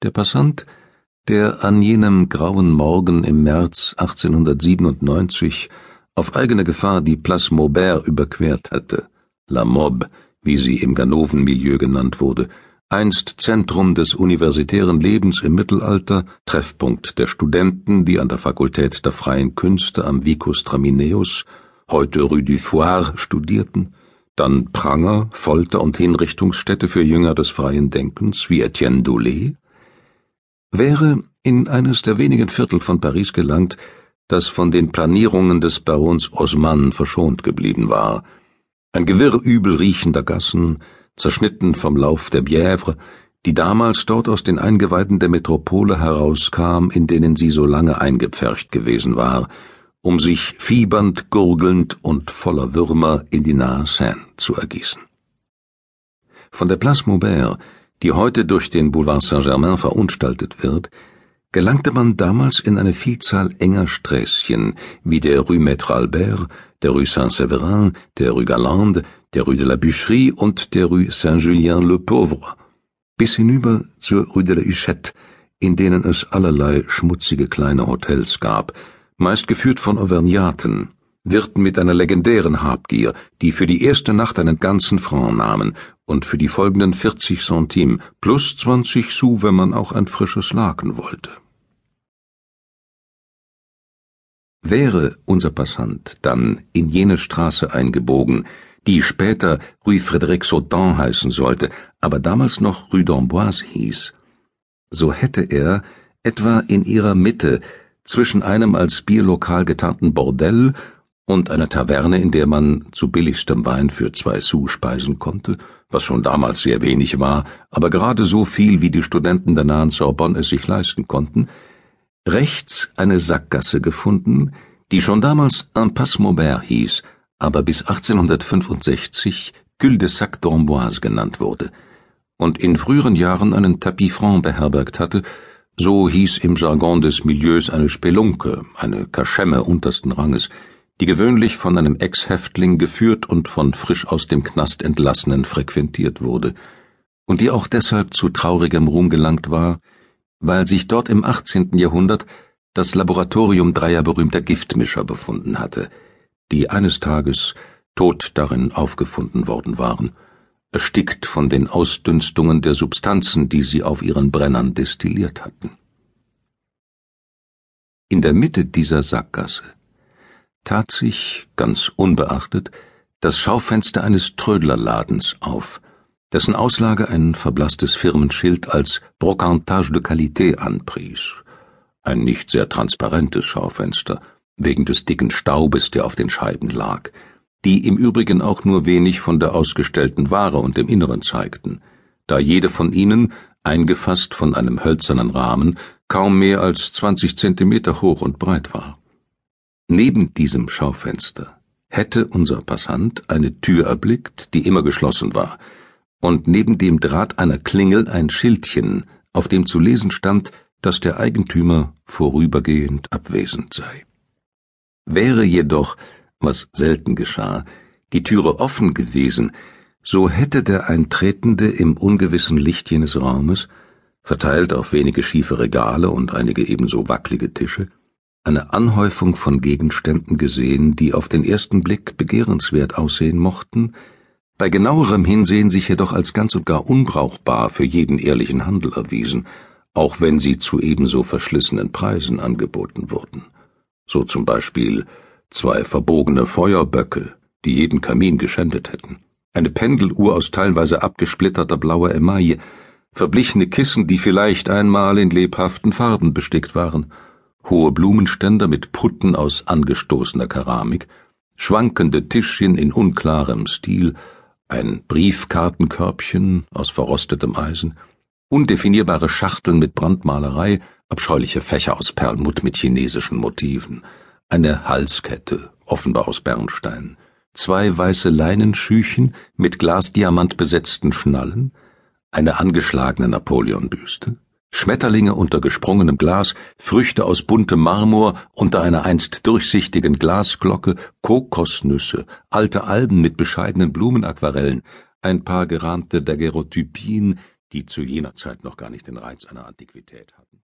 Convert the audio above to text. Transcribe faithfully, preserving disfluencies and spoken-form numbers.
Der Passant, der an jenem grauen Morgen im März achtzehnhundertsiebenundneunzig auf eigene Gefahr die Place Maubert überquert hatte, La Mob, wie sie im Ganoven-Milieu genannt wurde, einst Zentrum des universitären Lebens im Mittelalter, Treffpunkt der Studenten, die an der Fakultät der Freien Künste am Vicus Tramineus, heute Rue du Foire, studierten, dann Pranger, Folter- und Hinrichtungsstätte für Jünger des freien Denkens wie Etienne Dolet, wäre in eines der wenigen Viertel von Paris gelangt, das von den Planierungen des Barons Haussmann verschont geblieben war. Ein Gewirr übel riechender Gassen, zerschnitten vom Lauf der Bièvre, die damals dort aus den Eingeweiden der Metropole herauskam, in denen sie so lange eingepfercht gewesen war, um sich fiebernd, gurgelnd und voller Würmer in die nahe Seine zu ergießen. Von der Place Maubert, die heute durch den Boulevard Saint-Germain verunstaltet wird, gelangte man damals in eine Vielzahl enger Sträßchen, wie der Rue Maître Albert, der Rue Saint-Séverin, der Rue Galande, der Rue de la Bûcherie und der Rue Saint-Julien-le-Pauvre, bis hinüber zur Rue de la Huchette, in denen es allerlei schmutzige kleine Hotels gab, meist geführt von Auvergnaten, Wirten mit einer legendären Habgier, die für die erste Nacht einen ganzen Franc nahmen und für die folgenden vierzig Centimes plus zwanzig Sous, wenn man auch ein frisches Laken wollte. Wäre unser Passant dann in jene Straße eingebogen, die später Rue Frédéric-Sautin heißen sollte, aber damals noch Rue d'Amboise hieß, so hätte er etwa in ihrer Mitte zwischen einem als Bierlokal getarnten Bordell und einer Taverne, in der man zu billigstem Wein für zwei Sous speisen konnte, was schon damals sehr wenig war, aber gerade so viel, wie die Studenten der nahen Sorbonne es sich leisten konnten, rechts eine Sackgasse gefunden, die schon damals Impasse Maubert hieß, aber bis achtzehnhundertfünfundsechzig Cul-de-sac d'Amboise genannt wurde und in früheren Jahren einen Tapis franc beherbergt hatte. So hieß im Jargon des Milieus eine Spelunke, eine Kaschemme untersten Ranges, die gewöhnlich von einem Ex-Häftling geführt und von frisch aus dem Knast Entlassenen frequentiert wurde, und die auch deshalb zu traurigem Ruhm gelangt war, weil sich dort im achtzehnten Jahrhundert das Laboratorium dreier berühmter Giftmischer befunden hatte, die eines Tages tot darin aufgefunden worden waren, erstickt von den Ausdünstungen der Substanzen, die sie auf ihren Brennern destilliert hatten. In der Mitte dieser Sackgasse tat sich, ganz unbeachtet, das Schaufenster eines Trödlerladens auf, dessen Auslage ein verblasstes Firmenschild als Brocantage de Qualité anpries, ein nicht sehr transparentes Schaufenster, wegen des dicken Staubes, der auf den Scheiben lag, die im Übrigen auch nur wenig von der ausgestellten Ware und dem Inneren zeigten, da jede von ihnen, eingefasst von einem hölzernen Rahmen, kaum mehr als zwanzig Zentimeter hoch und breit war. Neben diesem Schaufenster hätte unser Passant eine Tür erblickt, die immer geschlossen war, und neben dem Draht einer Klingel ein Schildchen, auf dem zu lesen stand, dass der Eigentümer vorübergehend abwesend sei. Wäre jedoch, was selten geschah, die Türe offen gewesen, so hätte der Eintretende im ungewissen Licht jenes Raumes, verteilt auf wenige schiefe Regale und einige ebenso wackelige Tische, eine Anhäufung von Gegenständen gesehen, die auf den ersten Blick begehrenswert aussehen mochten, bei genauerem Hinsehen sich jedoch als ganz und gar unbrauchbar für jeden ehrlichen Handel erwiesen, auch wenn sie zu ebenso verschlissenen Preisen angeboten wurden. So zum Beispiel zwei verbogene Feuerböcke, die jeden Kamin geschändet hätten, eine Pendeluhr aus teilweise abgesplitterter blauer Emaille, verblichene Kissen, die vielleicht einmal in lebhaften Farben bestickt waren, hohe Blumenständer mit Putten aus angestoßener Keramik, schwankende Tischchen in unklarem Stil, ein Briefkartenkörbchen aus verrostetem Eisen, undefinierbare Schachteln mit Brandmalerei, abscheuliche Fächer aus Perlmutt mit chinesischen Motiven, eine Halskette, offenbar aus Bernstein, zwei weiße Leinenschüchen mit Glasdiamant besetzten Schnallen, eine angeschlagene Napoleonbüste, Schmetterlinge unter gesprungenem Glas, Früchte aus buntem Marmor unter einer einst durchsichtigen Glasglocke, Kokosnüsse, alte Alben mit bescheidenen Blumenaquarellen, ein paar gerahmte Daguerreotypien, die zu jener Zeit noch gar nicht den Reiz einer Antiquität hatten.